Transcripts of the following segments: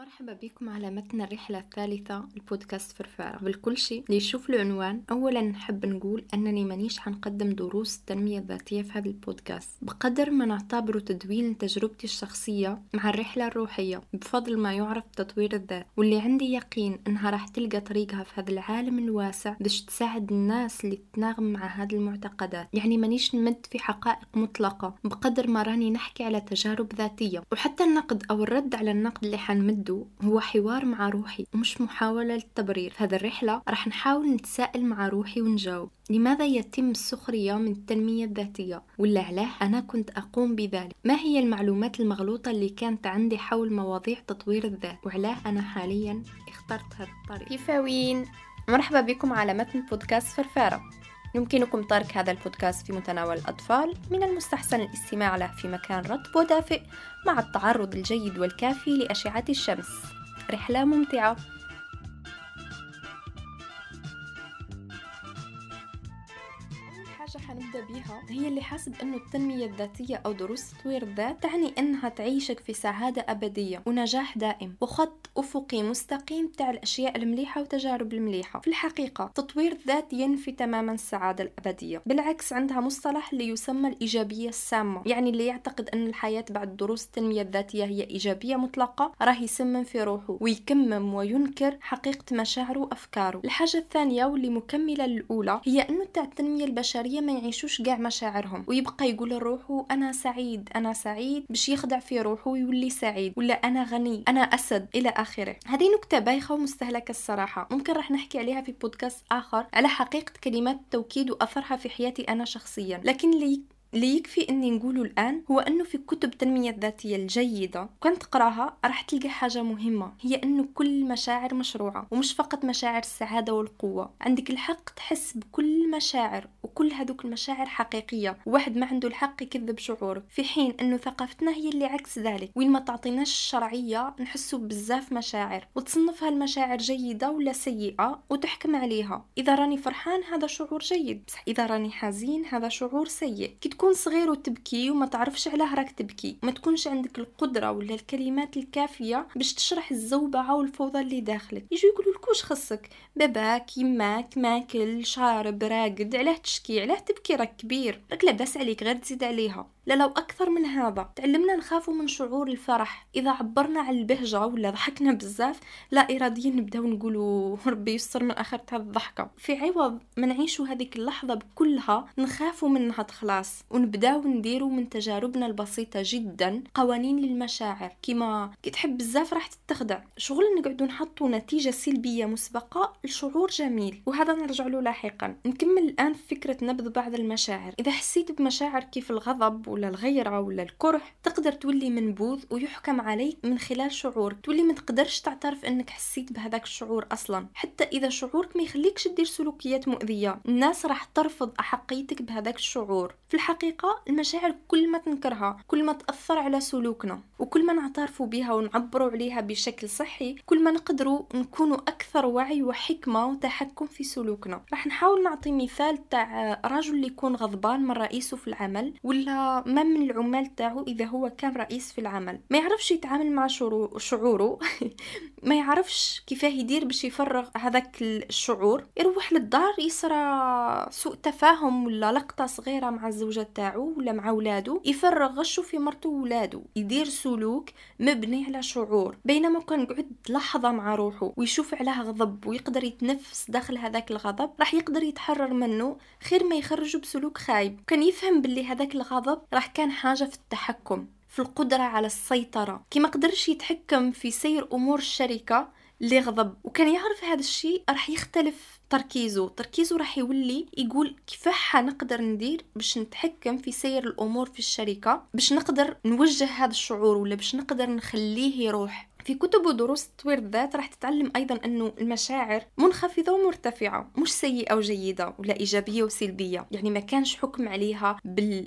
مرحبا بكم على متن الرحلة الثالثة البودكاست فرفارة. بالكل شيء اللي يشوف العنوان أولا نحب نقول أنني مانيش حنقدم دروس التنمية الذاتية في هذا البودكاست بقدر ما نعتبره تدوين تجربتي الشخصية مع الرحلة الروحية بفضل ما يعرف تطوير الذات، واللي عندي يقين أنها راح تلقى طريقها في هذا العالم الواسع باش تساعد الناس اللي تتناغم مع هذه المعتقدات. يعني مانيش نمد في حقائق مطلقة بقدر ما راني نحكي على تجارب ذاتية، وحتى النقد أو الرد على النقد اللي حنمده هو حوار مع روحي ومش محاولة للتبرير. في هذه الرحلة راح نحاول نتساءل مع روحي ونجاوب لماذا يتم السخرية من التنمية الذاتية، ولا علاه أنا كنت أقوم بذلك، ما هي المعلومات المغلوطة اللي كانت عندي حول مواضيع تطوير الذات، وعلاه أنا حاليا اخترت هذا الطريق. كيفاوين؟ مرحبا بكم على متن بودكاست فرفارة. يمكنكم ترك هذا البودكاست في متناول الأطفال، من المستحسن الاستماع له في مكان رطب ودافئ مع التعرض الجيد والكافي لأشعة الشمس. رحلة ممتعة. حاجة حنبدأ بيها هي اللي حاسب أنه التنمية الذاتية أو دروس تطوير الذات تعني أنها تعيشك في سعادة أبدية ونجاح دائم وخط أفقي مستقيم تاع الأشياء المليحة وتجارب المليحة. في الحقيقة تطوير الذات ينفي تماما السعادة الأبدية، بالعكس عندها مصطلح اللي يسمى الإيجابية السامة، يعني اللي يعتقد أن الحياة بعد دروس التنمية الذاتية هي إيجابية مطلقة راه يسمم في روحه ويكمم وينكر حقيقة مشاعره وأفكاره. الحاجة الثانية واللي مكملة للأولى هي أنه تاع التنمية البشرية ما يعيشوش قاع مشاعرهم ويبقى يقول لروحه أنا سعيد أنا سعيد باش يخدع في روحه ويولي سعيد، ولا أنا غني أنا أسد إلى آخره. هذه نكتة بايخة ومستهلكة الصراحة، ممكن راح نحكي عليها في بودكاست آخر على حقيقة كلمات التوكيد وأثرها في حياتي أنا شخصيا، لكن اللي يكفي اني نقوله الان هو انه في كتب التنمية الذاتية الجيدة كنت تقراها راح تلقى حاجة مهمة، هي انه كل مشاعر مشروعة ومش فقط مشاعر السعادة والقوة. عندك الحق تحس بكل مشاعر وكل هذوك المشاعر حقيقية، وواحد ما عنده الحق يكذب شعوره، في حين انه ثقافتنا هي اللي عكس ذلك، وين ما تعطيناش الشرعية نحسوا بزاف مشاعر وتصنفها المشاعر جيدة ولا سيئة وتحكم عليها. اذا راني فرحان هذا شعور جيد، بصح اذا راني حزين هذا شعور سيء. تكون صغير وتبكي وما تعرفش علاه راك تبكي، ما تكونش عندك القدرة ولا الكلمات الكافية باش تشرح الزوبعة والفوضى اللي داخلك، يجوا يقولوا لك واش خصك، باباك يماك ماكل شارب راقد، علاه تشكي علاه تبكي، راك كبير راك لاباس عليك غير تزيد عليها. لا لو أكثر من هذا تعلمنا نخافوا من شعور الفرح، إذا عبرنا عن البهجة ولا ضحكنا بزاف لا إراديا نبداو نقولوا ربي يستر من آخرة هذه الضحكة، في عوض ما نعيشوا هذيك اللحظة كلها نخافوا منها تخلاص ونبداو نديروا من تجاربنا البسيطة جدا قوانين للمشاعر. كما كي تحب بزاف راح تتخدع، شغل نقعدوا نحطوا نتيجة سلبية مسبقة لشعور جميل، وهذا نرجع له لاحقا. نكمل الآن في فكرة نبذ بعض المشاعر. إذا حسيت بمشاعر كيف الغضب ولا الغيرة ولا الكره تقدر تولي منبوذ ويحكم عليك من خلال شعور، تولي ما تقدرش تعترف انك حسيت بهذاك الشعور اصلا، حتى اذا شعورك ما يخليكش تدير سلوكيات مؤذية الناس راح ترفض احقيتك بهذاك الشعور. في الحقيقة المشاعر كل ما تنكرها كل ما تأثر على سلوكنا، وكل ما نعترفوا بها ونعبروا عليها بشكل صحي كل ما نقدروا نكونوا اكثر وعي وحكمة وتحكم في سلوكنا. راح نحاول نعطي مثال تاع رجل اللي يكون غضبان من رئيسه في العمل، ولا ما من العمال تاعه إذا هو كان رئيس في العمل ما يعرفش يتعامل مع شعوره ما يعرفش كيف يدير باش يفرغ هذاك الشعور، يروح للدار يسرى سوء تفاهم ولا لقطة صغيرة مع الزوجة تاعه ولا مع أولاده، يفرغ غشه في مرته وولاده، يدير سلوك مبني على شعور، بينما كان قعد لحظة مع روحه ويشوف عليها غضب ويقدر يتنفس داخل هذاك الغضب راح يقدر يتحرر منه خير ما يخرجه بسلوك خايب. كان يفهم باللي هذاك الغضب راح كان حاجة في التحكم في القدرة على السيطرة، كي ما قدرش يتحكم في سير أمور الشركة اللي غضب، وكان يعرف هذا الشيء راح يختلف تركيزه راح يولي يقول كيفاش نقدر ندير باش نتحكم في سير الأمور في الشركة، باش نقدر نوجه هذا الشعور ولا باش نقدر نخليه يروح. في كتب ودروس تطوير الذات راح تتعلم أيضا أنه المشاعر منخفضة ومرتفعة، مش سيئة وجيدة ولا إيجابية وسلبية، يعني ما كانش حكم عليها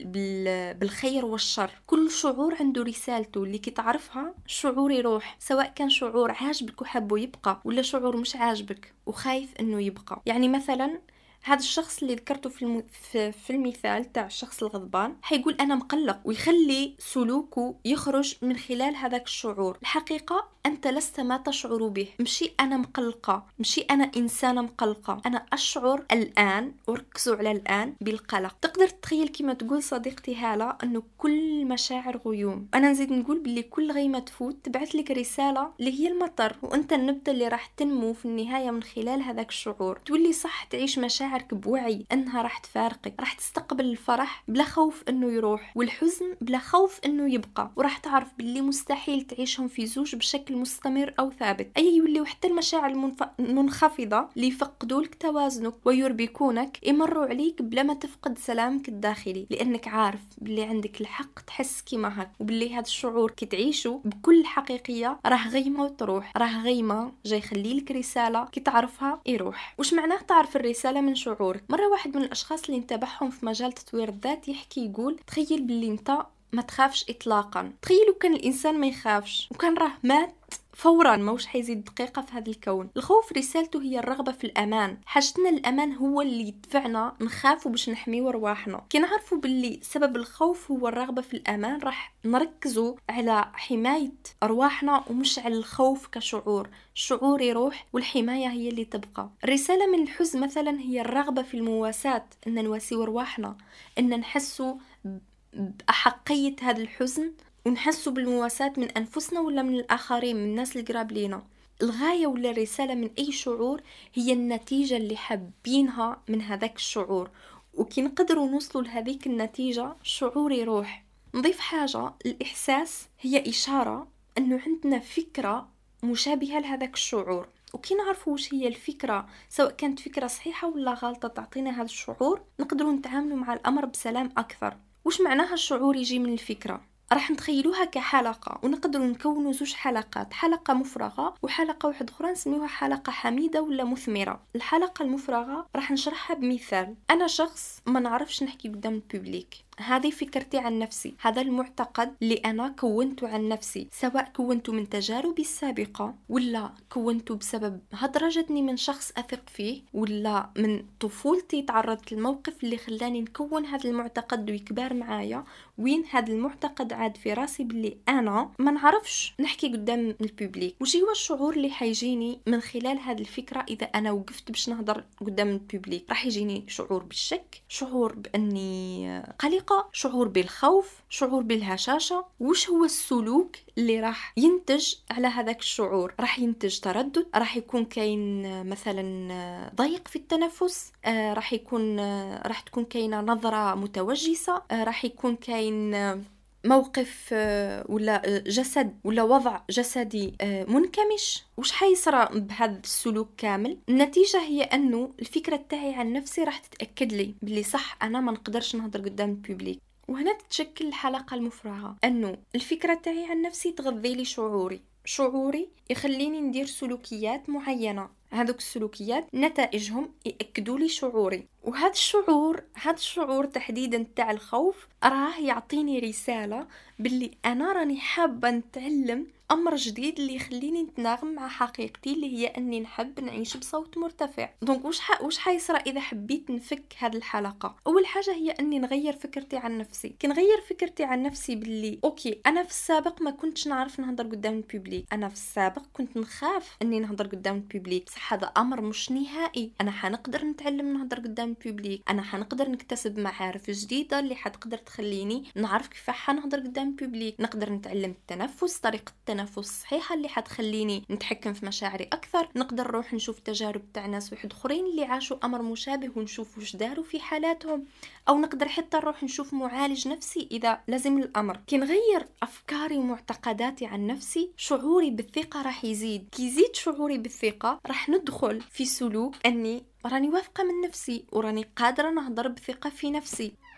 بالخير والشر. كل شعور عنده رسالته اللي كي تعرفها الشعور يروح، سواء كان شعور عاجبك وحبه يبقى ولا شعور مش عاجبك وخايف أنه يبقى. يعني مثلا هذا الشخص اللي ذكرته في المثال تاع الشخص الغضبان حيقول أنا مقلق، ويخلي سلوكه يخرج من خلال هذاك الشعور. الحقيقة أنت لست ما تشعر به، مشي أنا مقلقة، مشي أنا إنسانة مقلقة، أنا أشعر الآن، وركزوا على الآن، بالقلق. تقدر تتخيل كما تقول صديقتي هالة أنه كل مشاعر غيوم. أنا نزيد نقول باللي كل غيمة تفوت تبعث لك رسالة اللي هي المطر، وأنت النبتة اللي راح تنمو في النهاية من خلال هذاك الشعور. تولي صح تعيش مشاعرك بوعي أنها راح تفارقك، راح تستقبل الفرح بلا خوف أنه يروح، والحزن بلا خوف أنه يبقى، وراح تعرف باللي مستحيل تعيشهم في زوج بشكل مستمر أو ثابت. أي يولي حتى المشاعر المنخفضة اللي يفقدوا لك توازنك ويربكونك يمروا عليك بلا ما تفقد سلامك الداخلي، لأنك عارف باللي عندك الحق تحس كيما هك، وباللي هذا الشعور كي تعيشه بكل حقيقية راه غيمة وتروح، راه غيمة جاي يخلي لك رسالة كي تعرفها يروح. وش معناه تعرف الرسالة من شعورك؟ مرة واحد من الأشخاص اللي نتابعهم في مجال تطوير الذات يحكي يقول تخيل باللي انت ما تخافش إطلاقا. تخيلوا كان الإنسان ما يخافش وكان راه مات فورا، موش حيزيد دقيقة في هذا الكون. الخوف رسالته هي الرغبة في الأمان. حاجتنا الأمان هو اللي يدفعنا نخافوا باش نحميو رواحنا. كي نعرفوا باللي سبب الخوف هو الرغبة في الأمان راح نركزوا على حماية أرواحنا ومش على الخوف كشعور. الشعور يروح والحماية هي اللي تبقى. الرسالة من الحزن مثلا هي الرغبة في المواساة، أن نواسيو رواحنا، أن نحسوا بأحقية هذا الحزن ونحسوا بالمواساة من أنفسنا ولا من الآخرين، من الناس اللي قراب لينا. الغاية ولا الرسالة من أي شعور هي النتيجة اللي حابينها من هذاك الشعور، وكي نقدروا نوصلوا لهذيك النتيجة الشعور يروح. نضيف حاجة، الإحساس هي إشارة أنه عندنا فكرة مشابهة لهذاك الشعور، وكي نعرفوا وش هي الفكرة سواء كانت فكرة صحيحة ولا غلطة تعطينا هذا الشعور نقدروا نتعاملوا مع الأمر بسلام أكثر. وش معناها الشعور يجي من الفكرة؟ راح نتخيلوها كحلقة، ونقدروا نكونوا زوج حلقات، حلقة مفرغة وحلقة واحدة أخرى نسميوها حلقة حميدة ولا مثمرة. الحلقة المفرغة راح نشرحها بمثال. أنا شخص ما نعرفش نحكي قدام الببليك، هذه فكرتي عن نفسي، هذا المعتقد اللي أنا كونته عن نفسي، سواء كونته من تجاربي السابقة ولا كونته بسبب هدرة جتني من شخص أثق فيه، ولا من طفولتي تعرضت للموقف اللي خلاني نكون هذا المعتقد ويكبر معايا. وين هذا المعتقد عاد في راسي باللي أنا ما نعرفش نحكي قدام الببليك. وشي هو الشعور اللي حيجيني من خلال هذه الفكرة إذا أنا وقفت باش نهضر قدام الببليك؟ راح يجيني شعور بالشك، شعور بأني قلقة، شعور بالخوف، شعور بالهشاشة. وش هو السلوك اللي راح ينتج على هذاك الشعور؟ راح ينتج تردد، راح يكون كاين مثلا ضيق في التنفس، راح تكون كاينة نظرة متوجسة، راح يكون كاين موقف ولا جسد ولا وضع جسدي منكمش. وش حيصرى بهذا السلوك كامل؟ النتيجة هي أنه الفكرة تاعي عن نفسي راح تتأكد لي باللي صح أنا ما نقدرش نهضر قدام الببليك. وهنا تتشكل الحلقة المفرغة، أنه الفكرة تاعي عن نفسي تغذي لي شعوري يخليني ندير سلوكيات معينة، هذوك السلوكيات نتائجهم يأكدوا لي شعوري. وهذا الشعور تحديدا تاع الخوف راه يعطيني رسالة باللي أنا راني حابة نتعلم أمر جديد اللي يخليني نتناغم مع حقيقتي اللي هي أني نحب نعيش بصوت مرتفع. دونك وش حيصرى إذا حبيت نفك هذه الحلقة؟ أول حاجة هي أني نغير فكرتي عن نفسي. كي نغير فكرتي عن نفسي باللي أوكي أنا في السابق ما كنتش نعرف نهضر قدام الببليك، أنا في السابق كنت نخاف أني نهضر قدام الببليك، صح هذا أمر مش نهائي، أنا حنقدر نتعلم نهضر قدام الببليك، أنا حنقدر نكتسب معارف جديدة اللي حتقدر تخليني نعرف كيف حنهضر قدام الببليك، نقدر نتعلم التنفس، طريقة التنفس الصحيحة اللي حتخليني نتحكم في مشاعري أكثر، نقدر نروح نشوف تجارب تاع ناس واحد آخرين اللي عاشوا أمر مشابه ونشوف وش داروا في حالاتهم، أو نقدر حتى نروح نشوف معالج نفسي إذا لازم الأمر. كي نغير أفكاري ومعتقداتي عن نفسي شعوري بالثقة راح يزيد. كي يزيد شعوري بالثقة راح ندخل في سلوك أني راني واثقة من نفسي وراني قادرة نهضر بثقة في نفسي.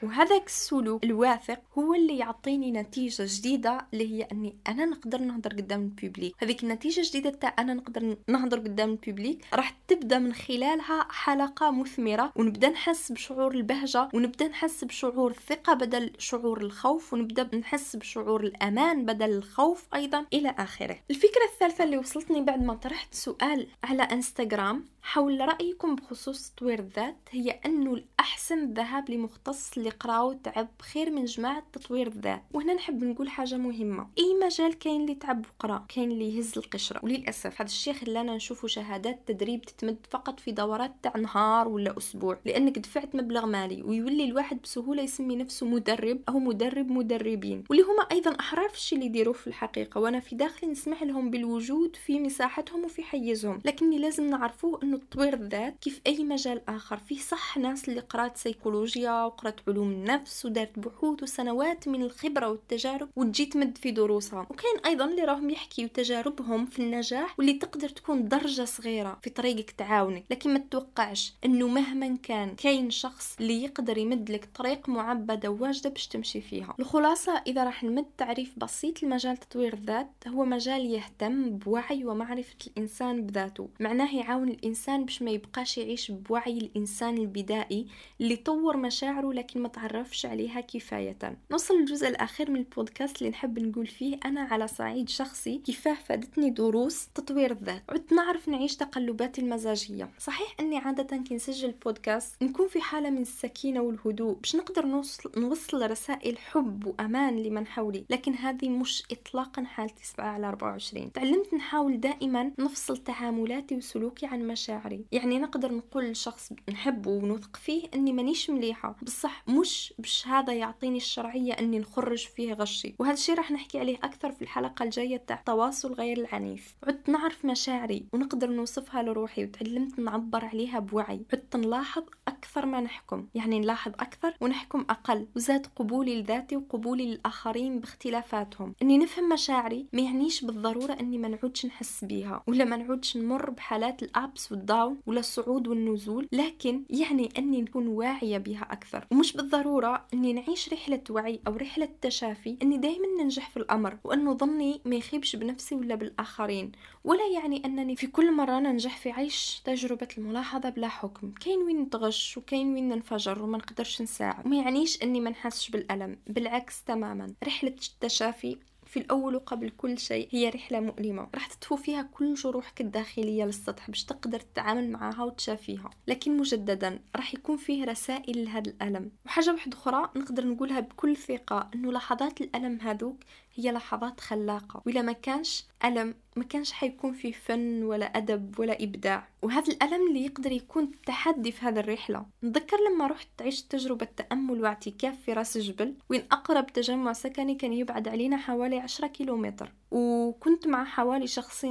وهذاك السلوك الواثق هو اللي يعطيني نتيجة جديدة، اللي هي أني أنا نقدر نهضر قدام الببليك. هذيك النتيجة الجديدة تاع أنا نقدر نهضر قدام الببليك راح تبدأ من خلالها حلقة مثمرة، ونبدأ نحس بشعور البهجة، ونبدأ نحس بشعور الثقة بدل شعور الخوف، ونبدأ نحس بشعور الأمان بدل الخوف أيضا إلى آخره. الفكرة الثالثة اللي وصلتني بعد ما طرحت سؤال على انستغرام حول رأيكم بخصوص تطوير الذات، هي أنه الأحسن الذهاب لمختص اللي قراو تعب خير من جماعة تطوير الذات. وهنا نحب نقول حاجة مهمة، أي مجال كاين اللي تعب وقرا، كاين اللي يهز القشرة، وللأسف هذا الشيء خلانا نشوفوا شهادات تدريب تتمد فقط في دورات تاع نهار ولا أسبوع، لأنك دفعت مبلغ مالي، ويولي الواحد بسهولة يسمي نفسه مدرب أو مدربين، واللي هما أيضا أحرار في الشيء اللي يديروه في الحقيقة، وأنا في داخلي نسمح لهم بالوجود في مساحتهم وفي حيزهم. لكني لازم نعرفوه أنه تطوير الذات كيف أي مجال آخر، فيه صح ناس اللي قرأت سيكولوجيا وقرأت علوم النفس ودارت بحوث وسنوات من الخبرة والتجارب وتجي تمد في دروسها، وكاين أيضا اللي راهم يحكيوا تجاربهم في النجاح واللي تقدر تكون درجة صغيرة في طريقك تعاونك. لكن ما تتوقعش أنه مهما كاين شخص اللي يقدر يمد لك طريق معبدة وواجدة باش تمشي فيها. الخلاصة إذا راح نمد تعريف بسيط لمجال تطوير الذات، هو مجال يهتم بوعي ومعرفة الإنسان بذاته، معناه يعاون الإنسان باش ما يبقاش يعيش بوعي الإنسان البدائي اللي طور مشاعره لكن ما تعرفش عليها كفاية. نوصل للجزء الأخير من البودكاست اللي نحب نقول فيه أنا على صعيد شخصي كيفاه فادتني دروس تطوير الذات، عدت نعرف نعيش تقلباتي المزاجية. صحيح أني عادة كي نسجل البودكاست نكون في حالة من السكينة والهدوء باش نقدر نوصل رسائل حب وأمان لمن حولي، لكن هذه مش إطلاقا حالتي 7/24. تعلمت نحاول دائما نفصل تعاملاتي وسلوكي عن مشاعري، يعني نقدر نقول لشخص نحبه ونثق فيه أني مانيش مليحة، بصح مش باش هذا يعطيني الشرعية أني نخرج فيه غشي. وهذا الشيء راح نحكي عليه أكثر في الحلقة الجاية تاع التواصل غير العنيف. عدت نعرف مشاعري ونقدر نوصفها لروحي، وتعلمت نعبر عليها بوعي. عدت نلاحظ أكثر ما نحكم، يعني نلاحظ أكثر ونحكم أقل، وزاد قبولي لذاتي وقبولي للآخرين باختلافاتهم. أني نفهم مشاعري ما يعنيش بالضرورة أني ما نعودش نحس بيها ولا ما نعودش نمر بحالات الأبس والداون ولا الصعود والنزول، لكن يعني أني نكون واعية بها أكثر. ومش بالضرورة أني نعيش رحلة وعي أو رحلة تشافي أني دايما ننجح في الأمر وأنه ظني ما يخيبش بنفسي ولا بالآخرين، ولا يعني أنني في كل مرة ننجح في عيش تجربة الملاحظة بلا حكم. كاين وين نتغش وكاين وين ننفجر وما نقدرش نساعد، وما يعنيش أني ما نحسش بالألم، بالعكس تماما. رحلة التشافي في الأول وقبل كل شيء هي رحلة مؤلمة، راح تطفو فيها كل جروحك الداخلية للسطح باش تقدر تتعامل معها وتشافيها، لكن مجددا راح يكون فيه رسائل لهذا الألم. وحاجة واحدة أخرى نقدر نقولها بكل ثقة، أنه لحظات الألم هذوك هي لحظات خلاقة، وإلا ما كانش ألم ما كانش حيكون فيه فن ولا أدب ولا إبداع. وهذا الألم اللي يقدر يكون تحدي في هذا الرحلة. نتذكر لما رحت عشت تجربة تأمل واعتكاف في راس جبل، وين أقرب تجمع سكني كان يبعد علينا حوالي 10 كيلومتر، وكنت مع حوالي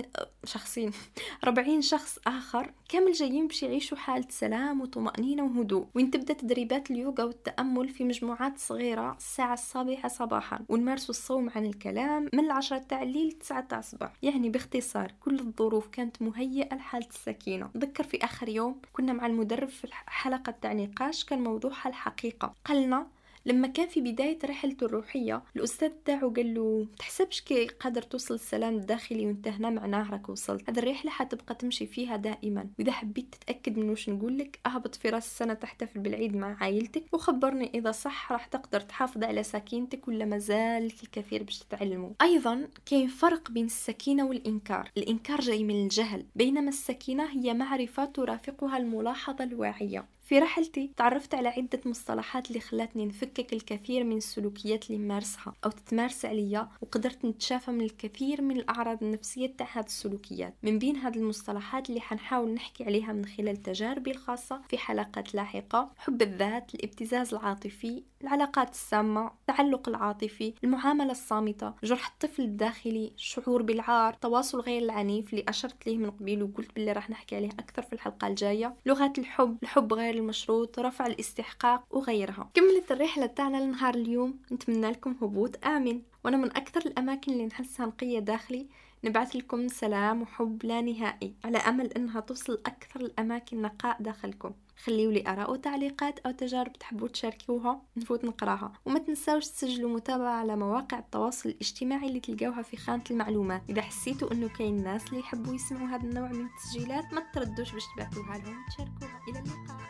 شخصين 40 شخص آخر كامل جايين باش يعيشوا حالة سلام وطمأنينة وهدوء. وين تبدأ تدريبات اليوغا والتأمل في مجموعات صغيرة الساعة 7 صباحا، ونمارسوا الصوم عن الكلام من 10 تاع الليل 9 تاع الصباح. يعني باختصار كل الظروف كانت مهيئة لحالة السكينة. ذكر في آخر يوم كنا مع المدرب في الحلقة تاع نقاش، كان موضوعها الحقيقة. قالنا لما كان في بداية رحلته الروحية الأستاذ تاعو قال له تحسبش كي قادر توصل السلام الداخلي وانت هنا معناه راك وصلت. هذه الرحلة حتبقى تمشي فيها دائما، وإذا حبيت تتأكد من وش نقول لك اهبط في راس السنة تحتفل بالعيد مع عائلتك وخبرني إذا صح راح تقدر تحافظ على سكينتك ولا مازال الكثير باش تتعلموا. أيضا كاين فرق بين السكينة والإنكار. الإنكار جاي من الجهل، بينما السكينة هي معرفة ترافقها الملاحظة الواعية. في رحلتي تعرفت على عدة مصطلحات اللي خلتني نفكك الكثير من السلوكيات اللي مارسها أو تتمارس عليا، وقدرت نتشافى من الكثير من الأعراض النفسية تاع هذه السلوكيات. من بين هذه المصطلحات اللي حنحاول نحكي عليها من خلال تجاربي الخاصة في حلقات لاحقة: حب الذات، الابتزاز العاطفي، العلاقات السامة، التعلق العاطفي، المعاملة الصامتة، جرح الطفل الداخلي، الشعور بالعار، التواصل غير العنيف اللي أشرت ليه من قبيل وقلت باللي راح نحكي عليه أكثر في الحلقة الجاية، لغات الحب، الحب غير المشروط، رفع الاستحقاق وغيرها. كملت الرحلة تاعنا لنهار اليوم، نتمنى لكم هبوط آمن. وانا من اكثر الاماكن اللي نحسها نقية داخلي نبعث لكم سلام وحب لا نهائي، على أمل أنها توصل أكثر الأماكن نقاء داخلكم. خليوا لي آراء وتعليقات أو تجارب تحبوا تشاركوها، نفوت نقراها. وما تنسوش تسجلوا متابعة على مواقع التواصل الاجتماعي اللي تلقوها في خانة المعلومات. إذا حسيتوا أنه كاين ناس اللي يحبوا يسمعوا هذا النوع من التسجيلات، ما تردوش باش تبعتوها لهم وتشاركوها. إلى اللقاء.